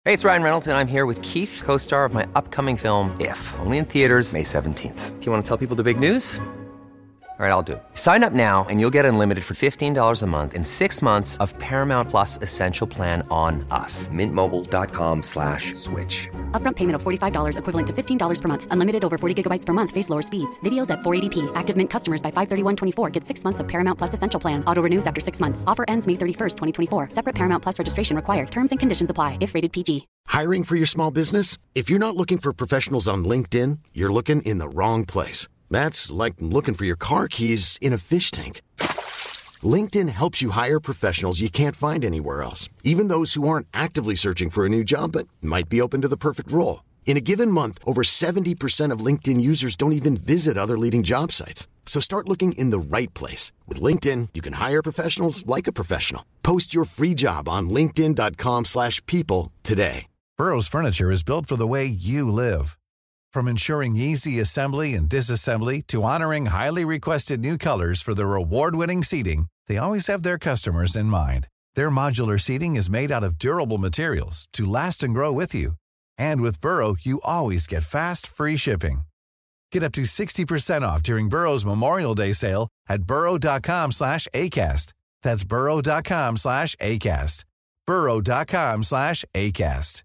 Hey, it's Ryan Reynolds, and I'm here with Keith, co-star of my upcoming film, If, only in theaters May 17th. Do you want to tell people the big news? All right, I'll do it. Sign up now and you'll get unlimited for $15 a month and 6 months of Paramount Plus Essential Plan on us. MintMobile.com/switch. Upfront payment of $45 equivalent to $15 per month. Unlimited over 40 gigabytes per month. Face lower speeds. Videos at 480p. Active Mint customers by 531.24 get 6 months of Paramount Plus Essential Plan. Auto renews after 6 months. Offer ends May 31st, 2024. Separate Paramount Plus registration required. Terms and conditions apply if rated PG. Hiring for your small business? If you're not looking for professionals on LinkedIn, you're looking in the wrong place. That's like looking for your car keys in a fish tank. LinkedIn helps you hire professionals you can't find anywhere else, even those who aren't actively searching for a new job but might be open to the perfect role. In a given month, over 70% of LinkedIn users don't even visit other leading job sites. So start looking in the right place. With LinkedIn, you can hire professionals like a professional. Post your free job on linkedin.com/people today. Burrow's furniture is built for the way you live. From ensuring easy assembly and disassembly to honoring highly requested new colors for their award-winning seating, they always have their customers in mind. Their modular seating is made out of durable materials to last and grow with you. And with Burrow, you always get fast, free shipping. Get up to 60% off during Burrow's Memorial Day sale at burrow.com/ACAST. That's burrow.com/ACAST. burrow.com/ACAST.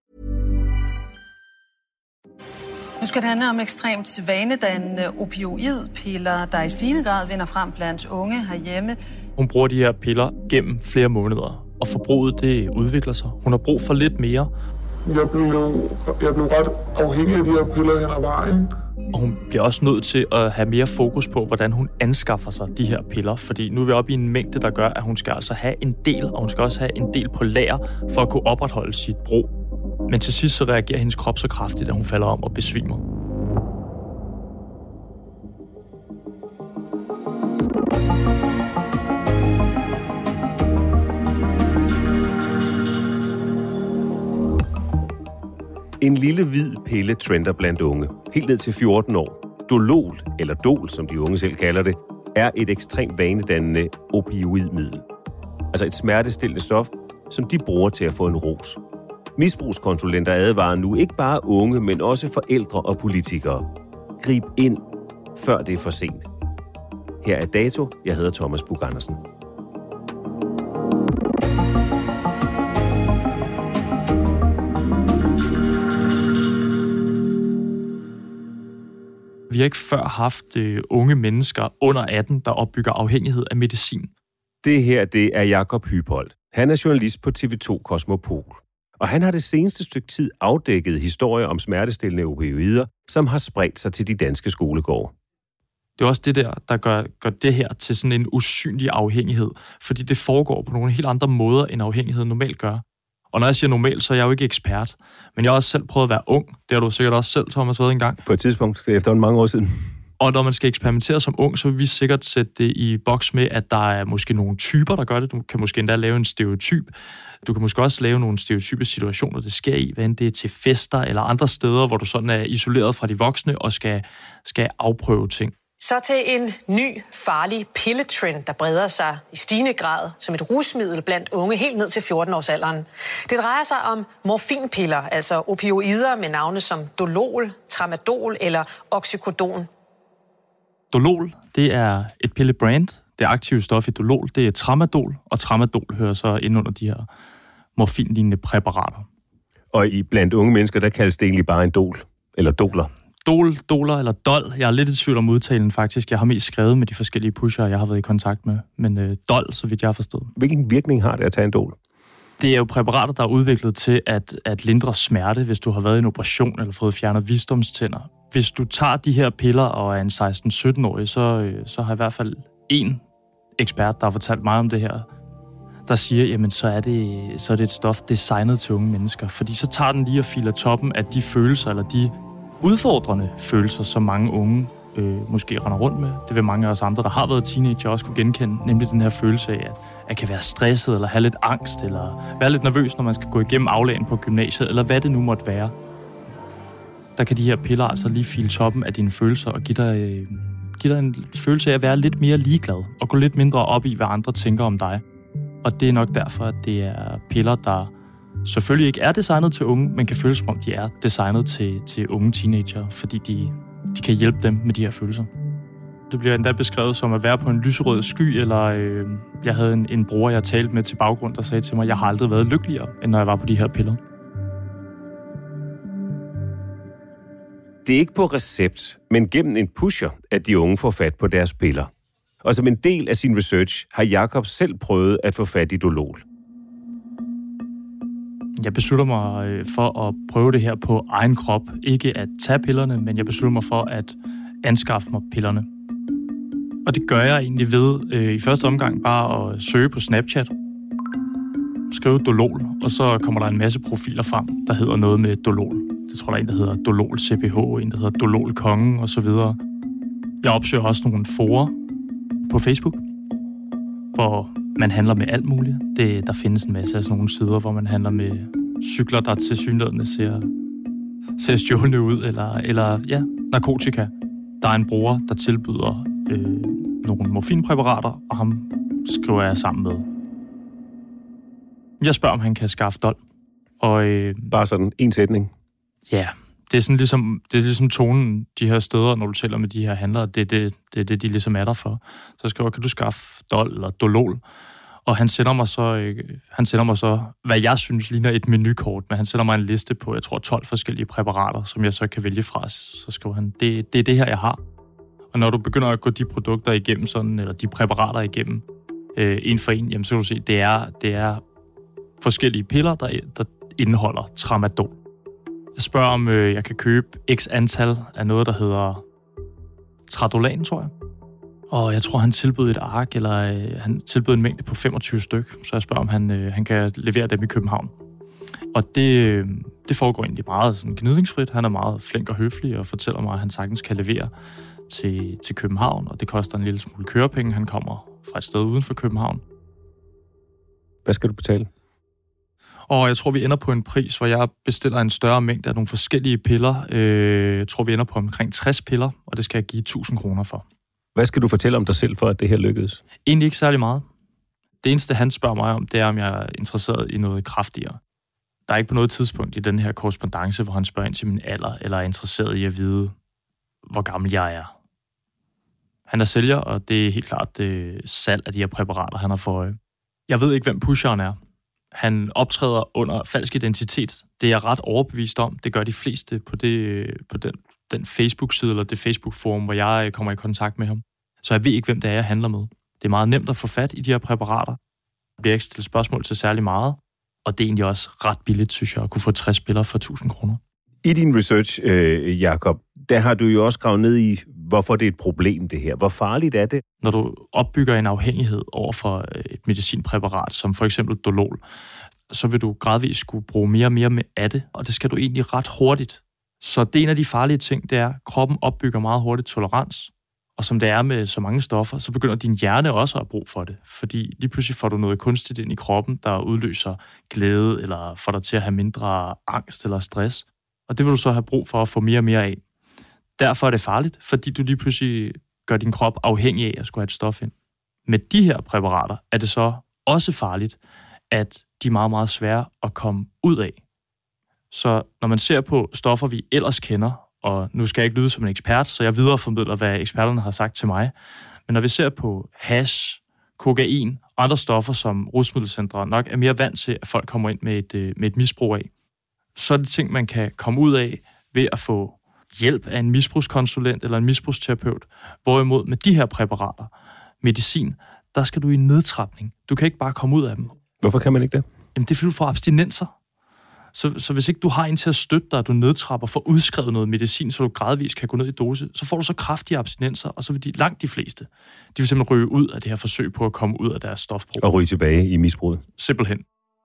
Nu skal det handle om ekstremt vanedannende opioidpiller, der i stigende grad vinder frem blandt unge herhjemme. Hun bruger de her piller gennem flere måneder, og forbruget det udvikler sig. Hun har brug for lidt mere. Jeg blev ret afhængig af de her piller hen ad vejen. Og hun bliver også nødt til at have mere fokus på, hvordan hun anskaffer sig de her piller. Fordi nu er vi oppe i en mængde, der gør, at hun skal altså have en del, og hun skal også have en del på lager, for at kunne opretholde sit brug. Men til sidst så reagerer hendes krop så kraftigt, at hun falder om og besvimer. En lille hvid pille trender blandt unge, helt ned til 14 år. Dolol, eller Dol, som de unge selv kalder det, er et ekstremt vanedannende opioidmiddel. Altså et smertestillende stof, som de bruger til at få en ros. Misbrugskonsulenter advarer nu ikke bare unge, men også forældre og politikere. Grib ind, før det er for sent. Her er dato. Jeg hedder Thomas Buch-Andersen. Vi har ikke før haft unge mennesker under 18, der opbygger afhængighed af medicin. Det her, det er Jakob Hypholt. Han er journalist på TV2 Kosmopol. Og han har det seneste stykke tid afdækket historier om smertestillende opioider, som har spredt sig til de danske skolegårde. Det er også det der gør det her til sådan en usynlig afhængighed, fordi det foregår på nogle helt andre måder, end afhængighed normalt gør. Og når jeg siger normalt, så er jeg jo ikke ekspert, men jeg har også selv prøvet at være ung. Det har du sikkert også selv, Thomas, været engang. På et tidspunkt, efter mange år siden. Og når man skal eksperimentere som ung, så vil vi sikkert sætte det i boks med, at der er måske nogle typer, der gør det. Du kan måske endda lave en stereotyp. Du kan måske også lave nogle stereotype situationer, det sker i, hvad end det er til fester eller andre steder, hvor du sådan er isoleret fra de voksne og skal afprøve ting. Så til en ny, farlig pilletrend, der breder sig i stigende grad som et rusmiddel blandt unge helt ned til 14-årsalderen. Det drejer sig om morfinpiller, altså opioider med navne som Dolol, Tramadol eller Oxycodon. Dolol, det er et pillebrand. Det aktive stof i Dolol, det er Tramadol, og Tramadol hører så ind under de her morfinlignende præparater. Og blandt unge mennesker, der kaldes det egentlig bare en dol, eller doler. Doler eller dol. Jeg er lidt i tvivl om udtalen faktisk. Jeg har mest skrevet med de forskellige pusher, jeg har været i kontakt med. Men dol, så vidt jeg har forstået. Hvilken virkning har det at tage en dol? Det er jo præparater, der er udviklet til at lindre smerte, hvis du har været i en operation eller fået fjernet visdomstænder. Hvis du tager de her piller og er en 16-17-årig, så har i hvert fald en ekspert, der har fortalt mig om det her, der siger, jamen så er det et stof designet til unge mennesker. Fordi så tager den lige og filer toppen af de følelser, eller de udfordrende følelser, som mange unge måske render rundt med. Det vil mange af os andre, der har været teenager, også kunne genkende, nemlig den her følelse af, at kan være stresset, eller have lidt angst, eller være lidt nervøs, når man skal gå igennem aflagen på gymnasiet, eller hvad det nu måtte være. Der kan de her piller altså lige file toppen af dine følelser, og give dig en følelse af at være lidt mere ligeglad, og gå lidt mindre op i, hvad andre tænker om dig. Og det er nok derfor, at det er piller, der selvfølgelig ikke er designet til unge, men kan føles som om de er designet til unge teenager, fordi de kan hjælpe dem med de her følelser. Det bliver endda beskrevet som at være på en lyserød sky, eller jeg havde en bror, jeg talte med til baggrund, der sagde til mig, at jeg har aldrig været lykkeligere, end når jeg var på de her piller. Det er ikke på recept, men gennem en pusher, at de unge får fat på deres piller. Og som en del af sin research har Jakob selv prøvet at få fat i Dolol. Jeg beslutter mig for at prøve det her på egen krop. Ikke at tage pillerne, men jeg beslutter mig for at anskaffe mig pillerne. Og det gør jeg egentlig ved i første omgang bare at søge på Snapchat. Skrive Dolol, og så kommer der en masse profiler frem, der hedder noget med Dolol. Det tror jeg, der er en, der hedder Dolol CPH, en, der hedder Dolol Kongen osv. Jeg opsøger også nogle forer på Facebook, hvor man handler med alt muligt. Der findes en masse af sådan nogle sider, hvor man handler med cykler, der tilsyneladende ser stjålne ud, eller narkotika. Der er en bror, der tilbyder nogle morfinpræparater, og ham skriver jeg sammen med. Jeg spørger, om han kan skaffe dol. Og, bare sådan en sætning? Ja, det er ligesom tonen de her steder, når du taler med de her handlere. Det er det, de ligesom er der for. Så skriver, kan du skaffe dol eller Dolol? Og han sender mig så, hvad jeg synes ligner et menukort, men han sender mig en liste på, jeg tror, 12 forskellige præparater, som jeg så kan vælge fra. Så skriver han, det er det her, jeg har. Og når du begynder at gå de produkter igennem sådan, eller de præparater igennem, en for en, jamen, så kan du se, det er forskellige piller, der indeholder tramadol. Jeg spørger, om jeg kan købe x antal af noget, der hedder Tradolan, tror jeg. Og jeg tror, han tilbød et ark, eller han tilbød en mængde på 25 styk. Så jeg spørger, om han kan levere dem i København. Og det foregår egentlig meget sådan gnidningsfrit. Han er meget flink og høflig og fortæller mig, at han sagtens kan levere til København. Og det koster en lille smule kørepenge. Han kommer fra et sted uden for København. Hvad skal du betale? Og jeg tror, vi ender på en pris, hvor jeg bestiller en større mængde af nogle forskellige piller. Jeg tror, vi ender på omkring 60 piller, og det skal jeg give 1.000 kroner for. Hvad skal du fortælle om dig selv for, at det her lykkedes? Egentlig ikke særlig meget. Det eneste, han spørger mig om, det er, om jeg er interesseret i noget kraftigere. Der er ikke på noget tidspunkt i den her korrespondance, hvor han spørger ind til min alder, eller er interesseret i at vide, hvor gammel jeg er. Han er sælger, og det er helt klart det salg af de her præparater, han har for øje. Jeg ved ikke, hvem pusheren er. Han optræder under falsk identitet. Det er jeg ret overbevist om. Det gør de fleste på den Facebook-side eller det Facebook-forum, hvor jeg kommer i kontakt med ham. Så jeg ved ikke, hvem det er, jeg handler med. Det er meget nemt at få fat i de her præparater. Der bliver ikke stillet spørgsmål til særlig meget. Og det er egentlig også ret billigt, synes jeg, at kunne få 60 piller for 1.000 kroner. I din research, Jakob, der har du jo også gravet ned i, hvorfor det er et problem, det her. Hvor farligt er det? Når du opbygger en afhængighed over for et medicinpræparat, som for eksempel Dolol, så vil du gradvist skulle bruge mere og mere af det, og det skal du egentlig ret hurtigt. Så det er en af de farlige ting, det er, at kroppen opbygger meget hurtigt tolerans, og som det er med så mange stoffer, så begynder din hjerne også at bruge for det, fordi lige pludselig får du noget kunstigt ind i kroppen, der udløser glæde, eller får dig til at have mindre angst eller stress, og det vil du så have brug for at få mere og mere af. Derfor er det farligt, fordi du lige pludselig gør din krop afhængig af at skulle have et stof ind. Med de her præparater er det så også farligt, at de er meget, meget svære at komme ud af. Så når man ser på stoffer, vi ellers kender, og nu skal jeg ikke lyde som en ekspert, så jeg videreformidler, hvad eksperterne har sagt til mig, men når vi ser på hash, kokain og andre stoffer, som rusmiddelcentre nok er mere vant til, at folk kommer ind med et misbrug af, så er det ting, man kan komme ud af ved at få hjælp af en misbrugskonsulent eller en misbrugsterapeut. Hvorimod med de her præparater, medicin, der skal du i nedtrapning. Du kan ikke bare komme ud af dem. Hvorfor kan man ikke det? Jamen, det er fordi, du får abstinenser. Så hvis ikke du har en til at støtte dig, at du nedtrapper, får udskrevet noget medicin, så du gradvist kan gå ned i dose, så får du så kraftige abstinenser, og så vil langt de fleste, de vil simpelthen ryge ud af det her forsøg på at komme ud af deres stofbrug. Og ryge tilbage i misbruget. Simpelthen.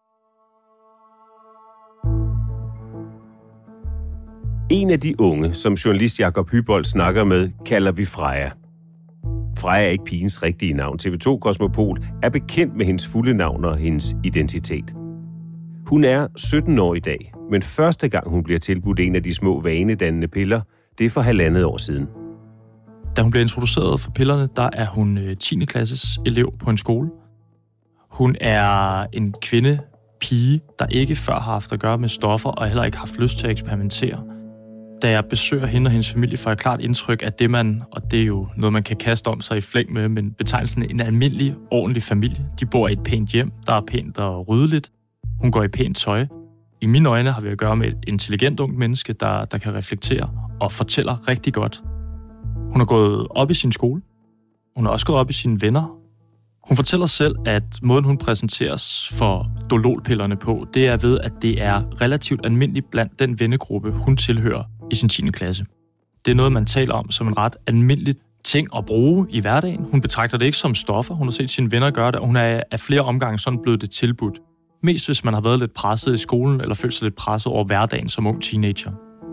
En af de unge, som journalist Jakob Hybold snakker med, kalder vi Freja. Freja er ikke pigens rigtige navn. TV2 Cosmopol er bekendt med hendes fulde navn og hendes identitet. Hun er 17 år i dag, men første gang hun bliver tilbudt en af de små vanedannende piller, det er for 1,5 år siden. Da hun bliver introduceret for pillerne, der er hun 10. klasses elev på en skole. Hun er en kvinde, pige, der ikke før har haft at gøre med stoffer og heller ikke haft lyst til at eksperimentere. Da jeg besøger hende og hendes familie, får jeg klart indtryk af det, og det er jo noget, man kan kaste om sig i flæng med, men betegnelsen en almindelig, ordentlig familie. De bor i et pænt hjem, der er pænt og ryddeligt. Hun går i pænt tøj. I mine øjne har vi at gøre med et intelligent ungt menneske, der kan reflektere og fortæller rigtig godt. Hun har gået op i sin skole. Hun har også gået op i sine venner. Hun fortæller selv, at måden hun præsenteres for Dolol-pillerne på, det er ved, at det er relativt almindeligt blandt den vennegruppe, hun tilhører i sin 10. klasse. Det er noget, man taler om som en ret almindelig ting at bruge i hverdagen. Hun betragter det ikke som stoffer. Hun har set sine venner gøre det, og hun er af flere omgange sådan blevet det tilbudt. Mest hvis man har været lidt presset i skolen, eller følt sig lidt presset over hverdagen som ung teenager.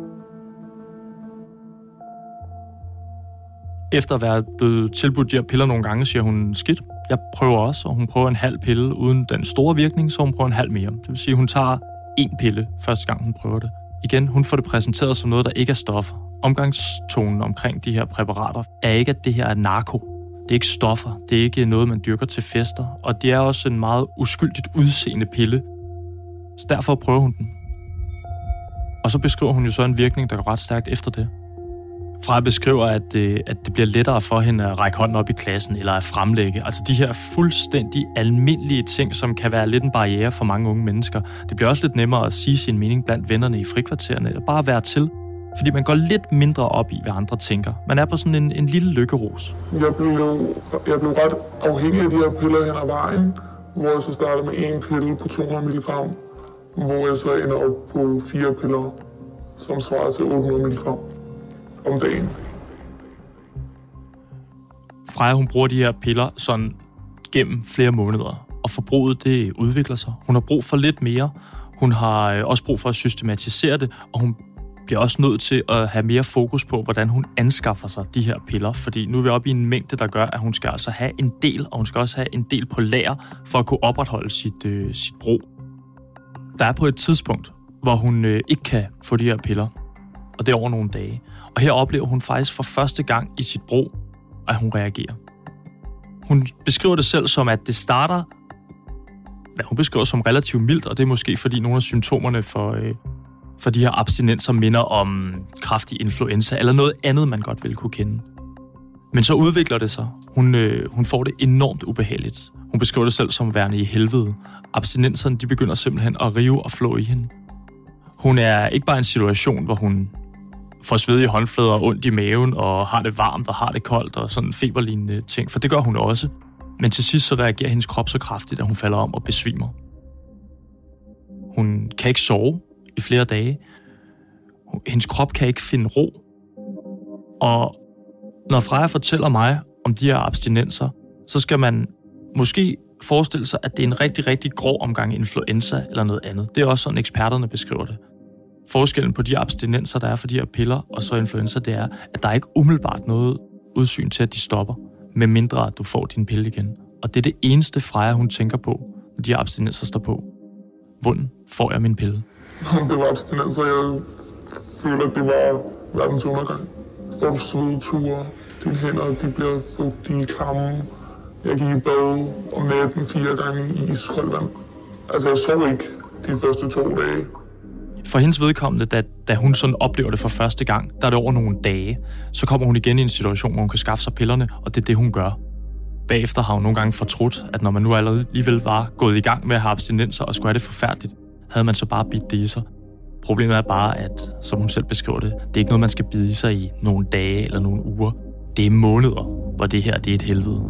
Efter at være blevet tilbudt de her piller nogle gange, siger hun, skidt, jeg prøver også, og hun prøver en halv pille uden den store virkning, så hun prøver en halv mere. Det vil sige, at hun tager 1 pille første gang, hun prøver det. Igen, hun får det præsenteret som noget, der ikke er stoffer. Omgangstonen omkring de her præparater er ikke, at det her er narko. Det er ikke stoffer. Det er ikke noget, man dyrker til fester. Og det er også en meget uskyldigt udseende pille. Så derfor prøver hun den. Og så beskriver hun jo så en virkning, der går ret stærkt efter det. Freja beskriver, at det bliver lettere for hende at række hånden op i klassen eller at fremlægge. Altså de her fuldstændig almindelige ting, som kan være lidt en barriere for mange unge mennesker. Det bliver også lidt nemmere at sige sin mening blandt vennerne i frikvartererne, eller bare være til. Fordi man går lidt mindre op i, hvad andre tænker. Man er på sådan en lille lykkeros. Jeg blev ret afhængig af de her piller hen ad vejen, hvor jeg så startede med 1 pille på 200 mg, hvor jeg så ender op på 4 piller, som svarer til 800 mg om dagen. Freja, hun bruger de her piller sådan gennem flere måneder, og forbruget det udvikler sig. Hun har brug for lidt mere. Hun har også brug for at systematisere det, og hun bliver også nødt til at have mere fokus på, hvordan hun anskaffer sig de her piller, fordi nu er vi oppe i en mængde, der gør, at hun skal altså have en del, og hun skal også have en del på lager, for at kunne opretholde sit brug. Der er på et tidspunkt, hvor hun ikke kan få de her piller, og det er over nogle dage. Og her oplever hun faktisk for første gang i sit brug, at hun reagerer. Hun beskriver det selv som, at det starter, hvad hun beskriver som relativt mildt, og det er måske fordi nogle af symptomerne for de her abstinenser minder om kraftig influenza, eller noget andet, man godt ville kunne kende. Men så udvikler det sig. Hun får det enormt ubehageligt. Hun beskriver det selv som værende i helvede. Abstinenserne, de begynder simpelthen at rive og flå i hende. Hun er ikke bare i en situation, hvor hun får svedige håndflader og ondt i maven, og har det varmt og har det koldt, og sådan feberlignende ting, for det gør hun også. Men til sidst så reagerer hendes krop så kraftigt, at hun falder om og besvimer. Hun kan ikke sove i flere dage. Hendes krop kan ikke finde ro. Og når Freja fortæller mig om de her abstinenser, så skal man måske forestille sig, at det er en rigtig, rigtig grov omgang influenza eller noget andet. Det er også sådan, eksperterne beskriver det. Forskellen på de abstinenser, der er for de her piller, og så influenza, det er, at der er ikke umiddelbart noget udsyn til, at de stopper, med mindre at du får din pille igen. Og det er det eneste Freja, hun tænker på, når de her abstinenser står på. Hvordan får jeg min pille? Det var abstinenser, jeg føler, at det var verdens undergang. Får du svedeture, dine hænder, de bliver fugtige, klamme. Jeg gik i bad om natten 4 gange i iskoldt vand. Altså, jeg sov ikke de første 2 dage. For hendes vedkommende, da hun sådan oplever det for første gang, der er det over nogle dage, så kommer hun igen i en situation, hvor hun kan skaffe sig pillerne, og det er det, hun gør. Bagefter har hun nogle gange fortrudt, at når man nu alligevel var gået i gang med at have abstinenser og skulle have det forfærdeligt, havde man så bare bidt det i sig. Problemet er bare, at, som hun selv beskriver det, det er ikke noget, man skal bide i sig i nogle dage eller nogle uger. Det er måneder, hvor det her det er et helvede.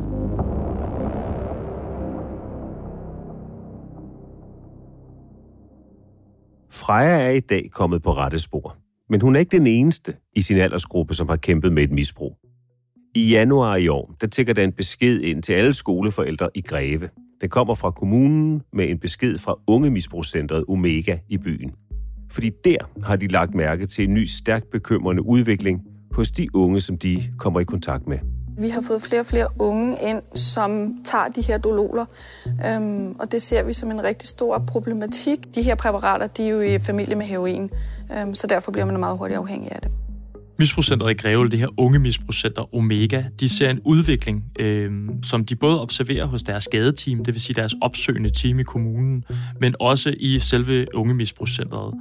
Freja er i dag kommet på rette spor, men hun er ikke den eneste i sin aldersgruppe, som har kæmpet med et misbrug. I januar i år, der tikker der en besked ind til alle skoleforældre i Greve. Den kommer fra kommunen med en besked fra ungemisbrugscentret Omega i byen. Fordi der har de lagt mærke til en ny, stærkt bekymrende udvikling hos de unge, som de kommer i kontakt med. Vi har fået flere og flere unge ind, som tager de her dololer, og det ser vi som en rigtig stor problematik. De her præparater, de er jo i familie med heroin, så derfor bliver man meget hurtigt afhængig af det. Misbrugscenteret i Greve, det her unge misbrugscenter Omega, de ser en udvikling, som de både observerer hos deres skadeteam, det vil sige deres opsøgende team i kommunen, men også i selve unge misbrugscenteret.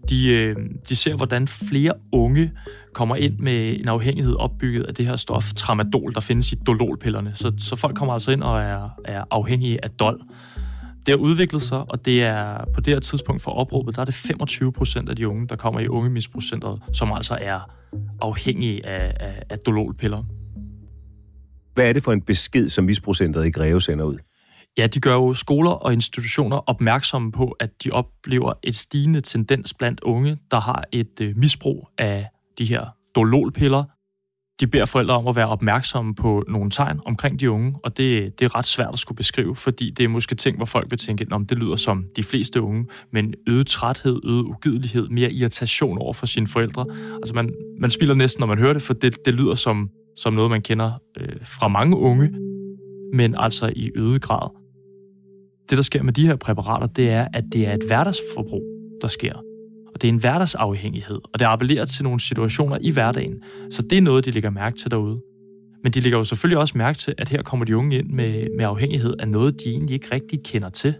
De ser, hvordan flere unge kommer ind med en afhængighed opbygget af det her stof, tramadol, der findes i dololpillerne. Så folk kommer altså ind og er afhængige af dol. Det har udviklet sig, og det er på det her tidspunkt for opråbet, der er det 25% af de unge, der kommer i unge misbrugscenteret, som altså er afhængige af dololpiller. Hvad er det for en besked, som misbrugscenteret i Greve sender ud? Ja, de gør jo skoler og institutioner opmærksomme på, at de oplever et stigende tendens blandt unge, der har et misbrug af de her dololpiller. De beder forældre om at være opmærksomme på nogle tegn omkring de unge, og det er ret svært at skulle beskrive, fordi det er måske ting, hvor folk vil tænke, at det lyder som de fleste unge, men øget træthed, øget ugidelighed, mere irritation over for sine forældre. Altså man spilder næsten, når man hører det, for det lyder som noget, man kender fra mange unge, men altså i øget grad. Det, der sker med de her præparater, det er, at det er et hverdagsforbrug, der sker. Og det er en hverdagsafhængighed, og det appellerer til nogle situationer i hverdagen. Så det er noget, de lægger mærke til derude. Men de lægger jo selvfølgelig også mærke til, at her kommer de unge ind med afhængighed af noget, de egentlig ikke rigtig kender til.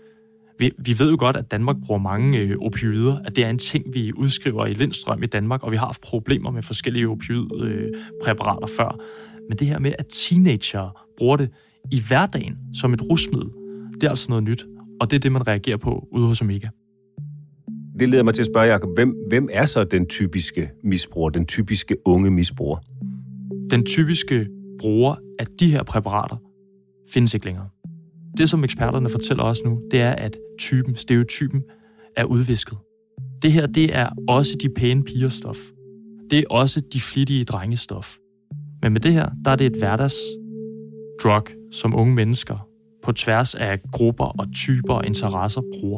Vi ved jo godt, at Danmark bruger mange opioider, at det er en ting, vi udskriver i Lindstrøm i Danmark, og vi har haft problemer med forskellige opioidpræparater før. Men det her med, at teenager bruger det i hverdagen som et rusmiddel, det er altså noget nyt, og det er det, man reagerer på ude hos Omega. Det leder mig til at spørge, Jacob, hvem er så den typiske misbruger, den typiske unge misbruger? Den typiske bruger af de her præparater findes ikke længere. Det, som eksperterne fortæller os nu, det er, at stereotypen er udvisket. Det her, det er også de pæne pigerstof. Det er også de flittige drengestof. Men med det her, der er det et hverdagsdrug, som unge mennesker på tværs af grupper og typer og interesser bruger.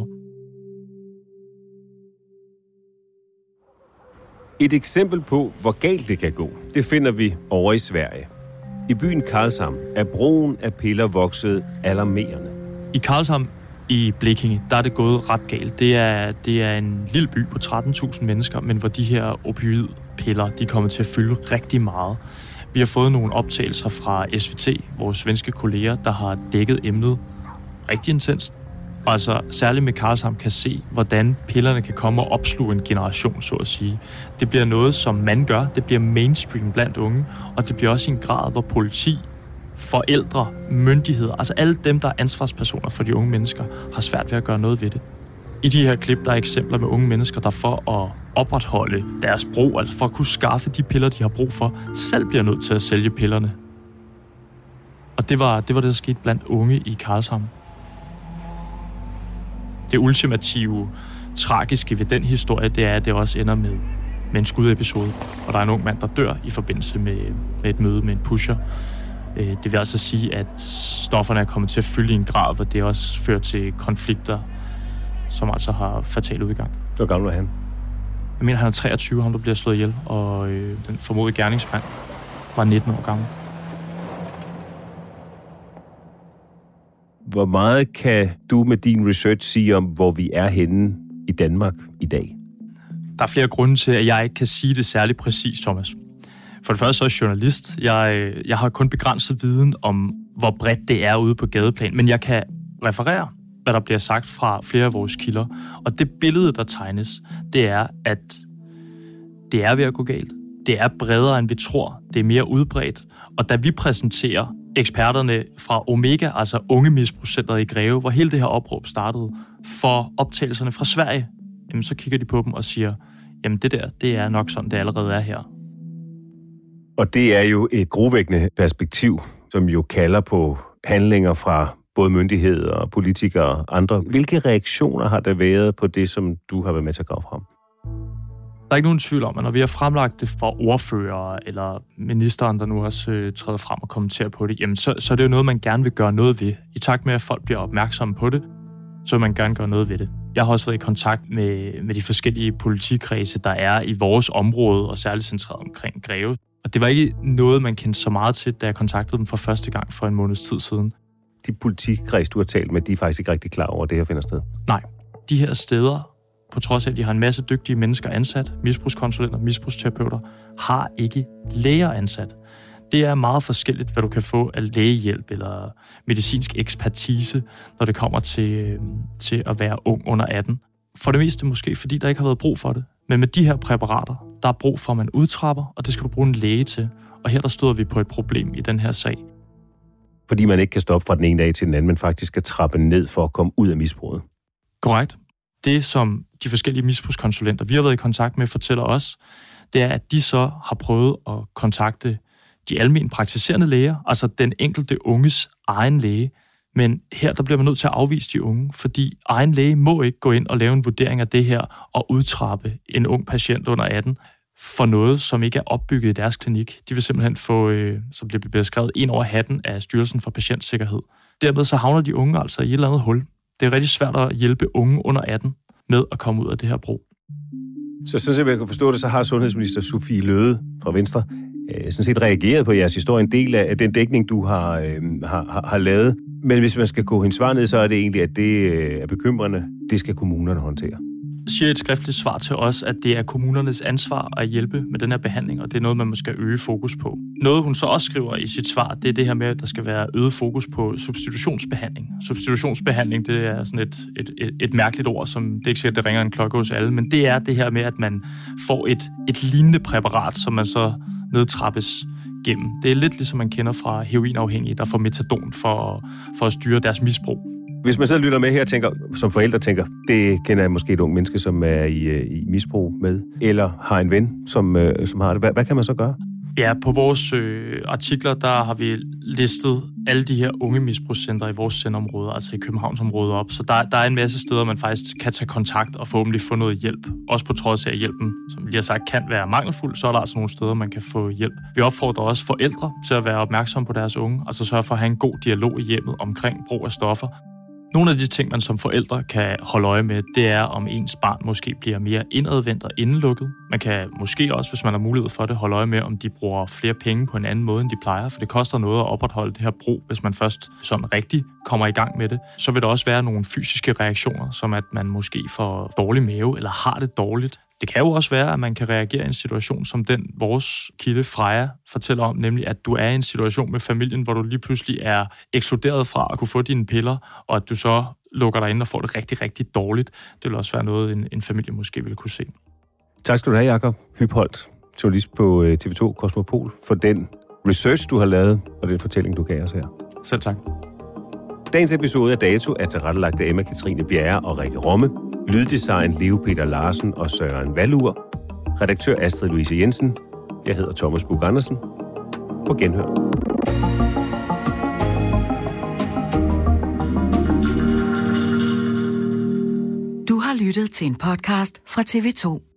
Et eksempel på, hvor galt det kan gå, det finder vi over i Sverige. I byen Karlshamn er brugen af piller vokset alarmerende. I Karlshamn i Blekinge, der er det gået ret galt. Det er en lille by på 13.000 mennesker, men hvor de her opioidpiller, de kommer til at fylde rigtig meget. Vi har fået nogle optagelser fra SVT, vores svenske kolleger, der har dækket emnet rigtig intenst. Og altså særligt med Karlshamn kan se, hvordan pillerne kan komme og opsluge en generation, så at sige. Det bliver noget, som man gør. Det bliver mainstream blandt unge, og det bliver også i en grad, hvor politi, forældre, myndigheder, altså alle dem, der er ansvarspersoner for de unge mennesker, har svært ved at gøre noget ved det. I de her klip, der er eksempler med unge mennesker, der for at opretholde deres brug, altså for at kunne skaffe de piller, de har brug for, selv bliver nødt til at sælge pillerne. Og det var det, der skete blandt unge i Karlshamn. Det ultimative, tragiske ved den historie, det er, at det også ender med en skudepisode. Og der er en ung mand, der dør i forbindelse med et møde med en pusher. Det vil altså sige, at stofferne er kommet til at fylde i en grad, hvor det også fører til konflikter, som altså har fatal udgang. Hvor gammel er han? Jeg mener, han er 23, ham der bliver slået ihjel, og den formodede gerningsmand var 19 år gammel. Hvor meget kan du med din research sige om, hvor vi er henne i Danmark i dag? Der er flere grunde til, at jeg ikke kan sige det særligt præcist, Thomas. For det første så er jeg journalist. Jeg har kun begrænset viden om, hvor bredt det er ude på gadeplan, men jeg kan referere, hvad der bliver sagt fra flere af vores kilder. Og det billede, der tegnes, det er, at det er ved at gå galt. Det er bredere, end vi tror. Det er mere udbredt. Og da vi præsenterer eksperterne fra Omega, altså Unge Misbrugscenteret i Greve, hvor hele det her opråb startede, for optagelserne fra Sverige, jamen, så kigger de på dem og siger, jamen det der, det er nok sådan, det allerede er her. Og det er jo et gruvækkende perspektiv, som jo kalder på handlinger fra både myndigheder og politikere og andre. Hvilke reaktioner har der været på det, som du har været med til at grave frem? Der er ikke nogen tvivl om, at når vi har fremlagt det for ordførere eller ministeren, der nu også træder frem og kommenterer på det, jamen så er det jo noget, man gerne vil gøre noget ved. I takt med, at folk bliver opmærksomme på det, så vil man gerne gøre noget ved det. Jeg har også været i kontakt med de forskellige politikredse, der er i vores område, og særligt centreret omkring Greve. Og det var ikke noget, man kendte så meget til, da jeg kontaktede dem for første gang for en måneds tid siden. De politikredse, du har talt med, de er faktisk ikke rigtig klar over, at det her finder sted? Nej. De her steder, på trods af, at de har en masse dygtige mennesker ansat, misbrugskonsulenter, misbrugsterapeuter, har ikke læger ansat. Det er meget forskelligt, hvad du kan få af lægehjælp eller medicinsk ekspertise, når det kommer til at være ung under 18. For det meste måske, fordi der ikke har været brug for det. Men med de her præparater, der er brug for, at man udtrapper, og det skal du bruge en læge til. Og her der støder vi på et problem i den her sag. Fordi man ikke kan stoppe fra den ene dag til den anden, men faktisk skal trappe ned for at komme ud af misbruget. Korrekt. Det, som de forskellige misbrugskonsulenter, vi har været i kontakt med, fortæller os, det er, at de så har prøvet at kontakte de almen praktiserende læger, altså den enkelte unges egen læge. Men her der bliver man nødt til at afvise de unge, fordi egen læge må ikke gå ind og lave en vurdering af det her og udtrappe en ung patient under 18 for noget, som ikke er opbygget i deres klinik. De vil simpelthen få, som det bliver skrevet, en over hatten af Styrelsen for Patientsikkerhed. Dermed så havner de unge altså i et eller andet hul. Det er rigtig svært at hjælpe unge under 18 med at komme ud af det her brug. Så sådan set, jeg kan forstå det, så har sundhedsminister Sophie Løhde fra Venstre sådan set reageret på jeres historie, en del af den dækning, du har lavet. Men hvis man skal gå hendes svar ned, så er det egentlig, at det er bekymrende. Det skal kommunerne håndtere. Siger et skriftligt svar til os, at det er kommunernes ansvar at hjælpe med den her behandling, og det er noget, man skal øge fokus på. Noget, hun så også skriver i sit svar, det er det her med, at der skal være øget fokus på substitutionsbehandling. Substitutionsbehandling, det er sådan et mærkeligt ord, som det er ikke sikkert, det ringer en klokke hos alle, men det er det her med, at man får et lignende præparat, som man så nedtrappes gennem. Det er lidt ligesom man kender fra heroinafhængige, der får metadon for at styre deres misbrug. Hvis man så lytter med her og tænker, som forældre tænker, det kender jeg måske et ung menneske, som er i misbrug med, eller har en ven, som har det. Hvad kan man så gøre? Ja, på vores artikler, der har vi listet alle de her unge misbrugscentre i vores sendområder, altså i Københavnsområdet op. Så der er en masse steder, man faktisk kan tage kontakt og forhåbentlig få noget hjælp. Også på trods af, at hjælpen, som vi har sagt, kan være mangelfuld, så er der altså nogle steder, man kan få hjælp. Vi opfordrer også forældre til at være opmærksomme på deres unge, altså sørge for at have en god dialog i hjemmet omkring brug af stoffer. Nogle af de ting, man som forældre kan holde øje med, det er, om ens barn måske bliver mere indadvendt og indelukket. Man kan måske også, hvis man har mulighed for det, holde øje med, om de bruger flere penge på en anden måde, end de plejer. For det koster noget at opretholde det her brug, hvis man først sådan rigtig kommer i gang med det. Så vil der også være nogle fysiske reaktioner, som at man måske får dårlig mave eller har det dårligt. Det kan jo også være, at man kan reagere i en situation, som den vores kilde Freja fortæller om, nemlig at du er i en situation med familien, hvor du lige pludselig er ekskluderet fra at kunne få dine piller, og at du så lukker dig ind og får det rigtig, rigtig dårligt. Det vil også være noget, en familie måske ville kunne se. Tak skal du have, Jakob Hübholt, journalist på TV2 Kosmopol, for den research, du har lavet, og den fortælling, du gav os her. Selv tak. Dagens episode af Dato er tilrettelagt af Emma-Katrine Bjerre og Rikke Romme. Lyddesign Leo Peter Larsen og Søren Valur. Redaktør Astrid Louise Jensen. Jeg hedder Thomas Bug Andersen. På genhør. Du har lyttet til en podcast fra TV2.